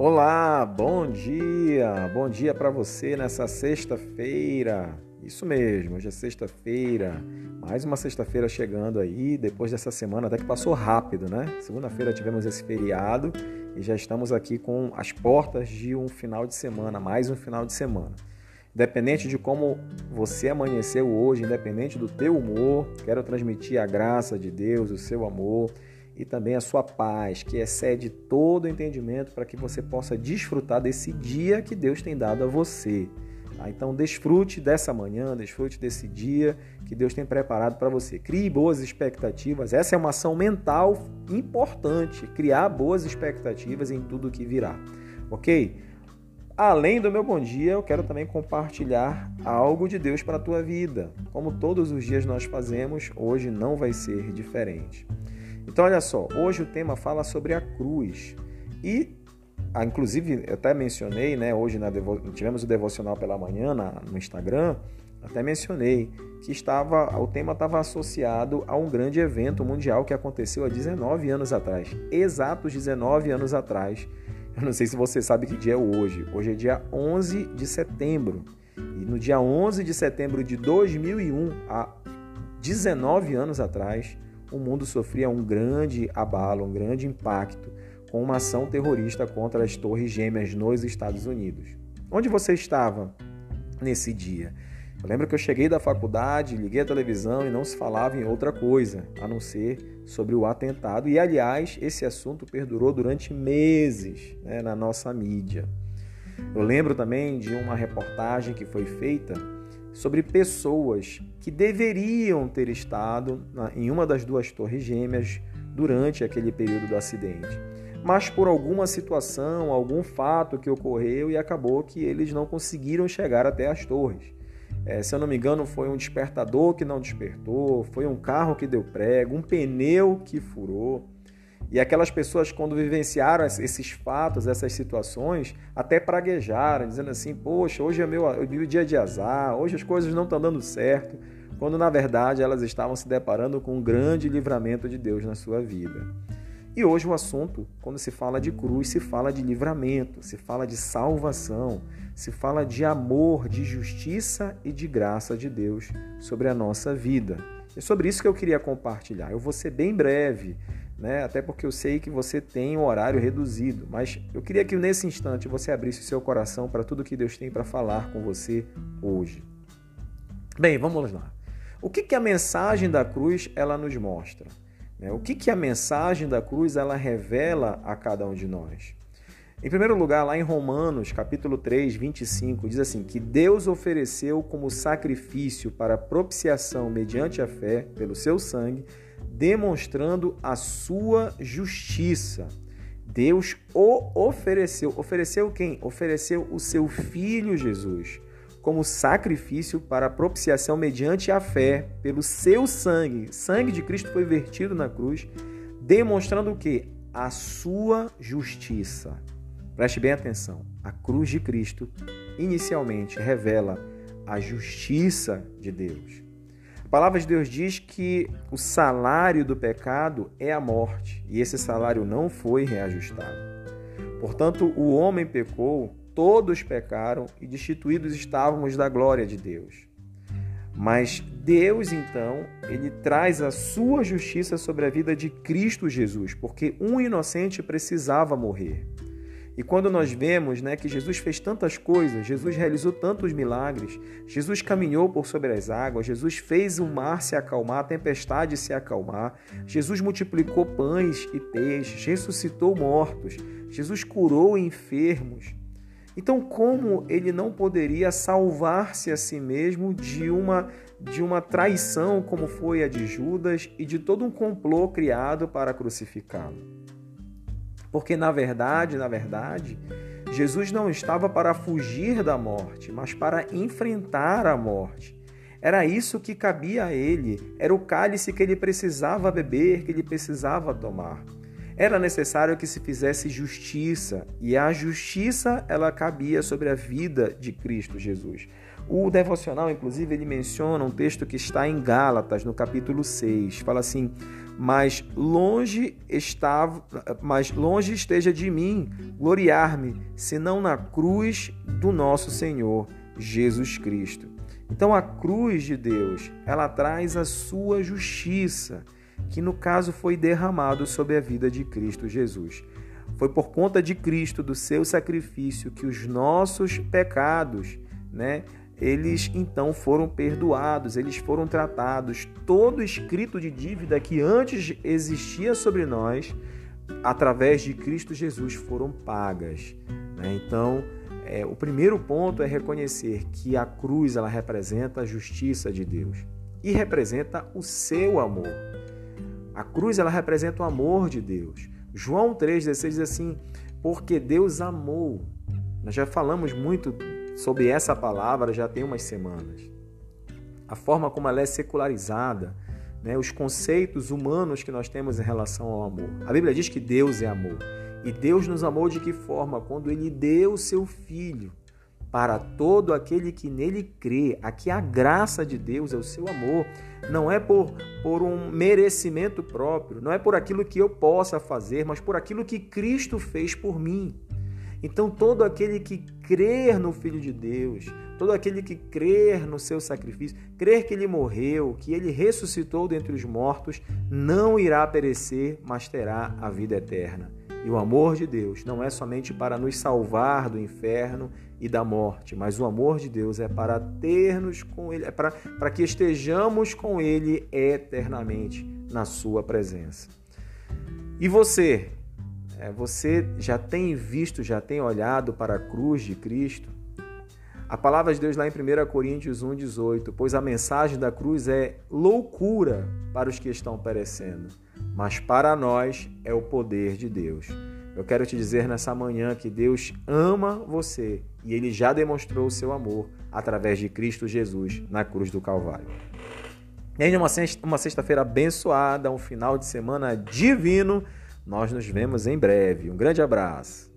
Olá, bom dia! Bom dia para você nessa sexta-feira. Isso mesmo, hoje é sexta-feira. Mais uma sexta-feira chegando aí, depois dessa semana até que passou rápido, né? Segunda-feira tivemos esse feriado e já estamos aqui com as portas de um final de semana, mais um final de semana. Independente de como você amanheceu hoje, independente do teu humor, quero transmitir a graça de Deus, o seu amor e também a sua paz, que excede todo o entendimento para que você possa desfrutar desse dia que Deus tem dado a você. Tá? Então, desfrute dessa manhã, desfrute desse dia que Deus tem preparado para você. Crie boas expectativas. Essa é uma ação mental importante, criar boas expectativas em tudo que virá. Ok? Além do meu bom dia, eu quero também compartilhar algo de Deus para a tua vida. Como todos os dias nós fazemos, hoje não vai ser diferente. Então, olha só, hoje o tema fala sobre a cruz. E, inclusive, eu até mencionei, né, hoje tivemos o devocional pela manhã no Instagram, até mencionei que o tema estava associado a um grande evento mundial que aconteceu há 19 anos atrás. Exatos 19 anos atrás. Eu não sei se você sabe que dia é hoje. Hoje é dia 11 de setembro. E no dia 11 de setembro de 2001, há 19 anos atrás, o mundo sofria um grande abalo, um grande impacto com uma ação terrorista contra as Torres Gêmeas nos Estados Unidos. Onde você estava nesse dia? Eu lembro que eu cheguei da faculdade, liguei a televisão e não se falava em outra coisa, a não ser sobre o atentado. E, aliás, esse assunto perdurou durante meses, né, na nossa mídia. Eu lembro também de uma reportagem que foi feita sobre pessoas que deveriam ter estado em uma das duas Torres Gêmeas durante aquele período do acidente. Mas por alguma situação, algum fato que ocorreu e acabou que eles não conseguiram chegar até as torres. Se eu não me engano, foi um despertador que não despertou, foi um carro que deu prego, um pneu que furou. E aquelas pessoas, quando vivenciaram esses fatos, essas situações, até praguejaram, dizendo assim, poxa, hoje é meu dia de azar, hoje as coisas não estão dando certo, quando na verdade elas estavam se deparando com um grande livramento de Deus na sua vida. E hoje o assunto, quando se fala de cruz, se fala de livramento, se fala de salvação, se fala de amor, de justiça e de graça de Deus sobre a nossa vida. É sobre isso que eu queria compartilhar. Eu vou ser bem breve, né? Até porque eu sei que você tem um horário reduzido, mas eu queria que nesse instante você abrisse o seu coração para tudo que Deus tem para falar com você hoje. Bem, vamos lá. O que a mensagem da cruz ela nos mostra? O que a mensagem da cruz ela revela a cada um de nós? Em primeiro lugar, lá em Romanos, capítulo 3, 25, diz assim, que Deus ofereceu como sacrifício para propiciação mediante a fé, pelo seu sangue, demonstrando a sua justiça. Deus o ofereceu. Ofereceu quem? Ofereceu o seu Filho Jesus como sacrifício para propiciação mediante a fé, pelo seu sangue. O sangue de Cristo foi vertido na cruz, demonstrando o quê? A sua justiça. Preste bem atenção. A cruz de Cristo, inicialmente, revela a justiça de Deus. A palavra de Deus diz que o salário do pecado é a morte, e esse salário não foi reajustado. Portanto, o homem pecou, todos pecaram e destituídos estávamos da glória de Deus. Mas Deus, então, ele traz a sua justiça sobre a vida de Cristo Jesus, porque um inocente precisava morrer. E quando nós vemos, né, que Jesus fez tantas coisas, Jesus realizou tantos milagres, Jesus caminhou por sobre as águas, Jesus fez o mar se acalmar, a tempestade se acalmar, Jesus multiplicou pães e peixes, ressuscitou mortos, Jesus curou enfermos. Então, como ele não poderia salvar-se a si mesmo de uma traição como foi a de Judas e de todo um complô criado para crucificá-lo? Porque, na verdade, Jesus não estava para fugir da morte, mas para enfrentar a morte. Era isso que cabia a ele, era o cálice que ele precisava beber, que ele precisava tomar. Era necessário que se fizesse justiça, e a justiça ela cabia sobre a vida de Cristo Jesus. O devocional, inclusive, ele menciona um texto que está em Gálatas, no capítulo 6. Fala assim: mas longe esteja de mim gloriar-me, senão na cruz do nosso Senhor Jesus Cristo. Então, a cruz de Deus, ela traz a sua justiça, que no caso foi derramado sobre a vida de Cristo Jesus. Foi por conta de Cristo, do seu sacrifício, que os nossos pecados, eles então foram perdoados, eles foram tratados. Todo escrito de dívida que antes existia sobre nós, através de Cristo Jesus, foram pagas. Então, o primeiro ponto é reconhecer que a cruz ela representa a justiça de Deus e representa o seu amor. A cruz ela representa o amor de Deus. João 3,16 diz assim: porque Deus amou. Nós já falamos muito sobre essa palavra já tem umas semanas. A forma como ela é secularizada, os conceitos humanos que nós temos em relação ao amor. A Bíblia diz que Deus é amor. E Deus nos amou de que forma? Quando Ele deu o seu Filho para todo aquele que nele crê. Aqui a graça de Deus é o seu amor. Não é por um merecimento próprio, não é por aquilo que eu possa fazer, mas por aquilo que Cristo fez por mim. Então, todo aquele que crer no Filho de Deus, todo aquele que crer no seu sacrifício, crer que Ele morreu, que Ele ressuscitou dentre os mortos, não irá perecer, mas terá a vida eterna. E o amor de Deus não é somente para nos salvar do inferno e da morte, mas o amor de Deus é para termos com Ele, para que estejamos com Ele eternamente na sua presença. E você? Você já tem visto, já tem olhado para a cruz de Cristo? A palavra de Deus lá em 1 Coríntios 1,18, pois a mensagem da cruz é loucura para os que estão perecendo, mas para nós é o poder de Deus. Eu quero te dizer nessa manhã que Deus ama você e Ele já demonstrou o seu amor através de Cristo Jesus na cruz do Calvário. E ainda uma sexta-feira abençoada, um final de semana divino. Nós nos vemos em breve. Um grande abraço.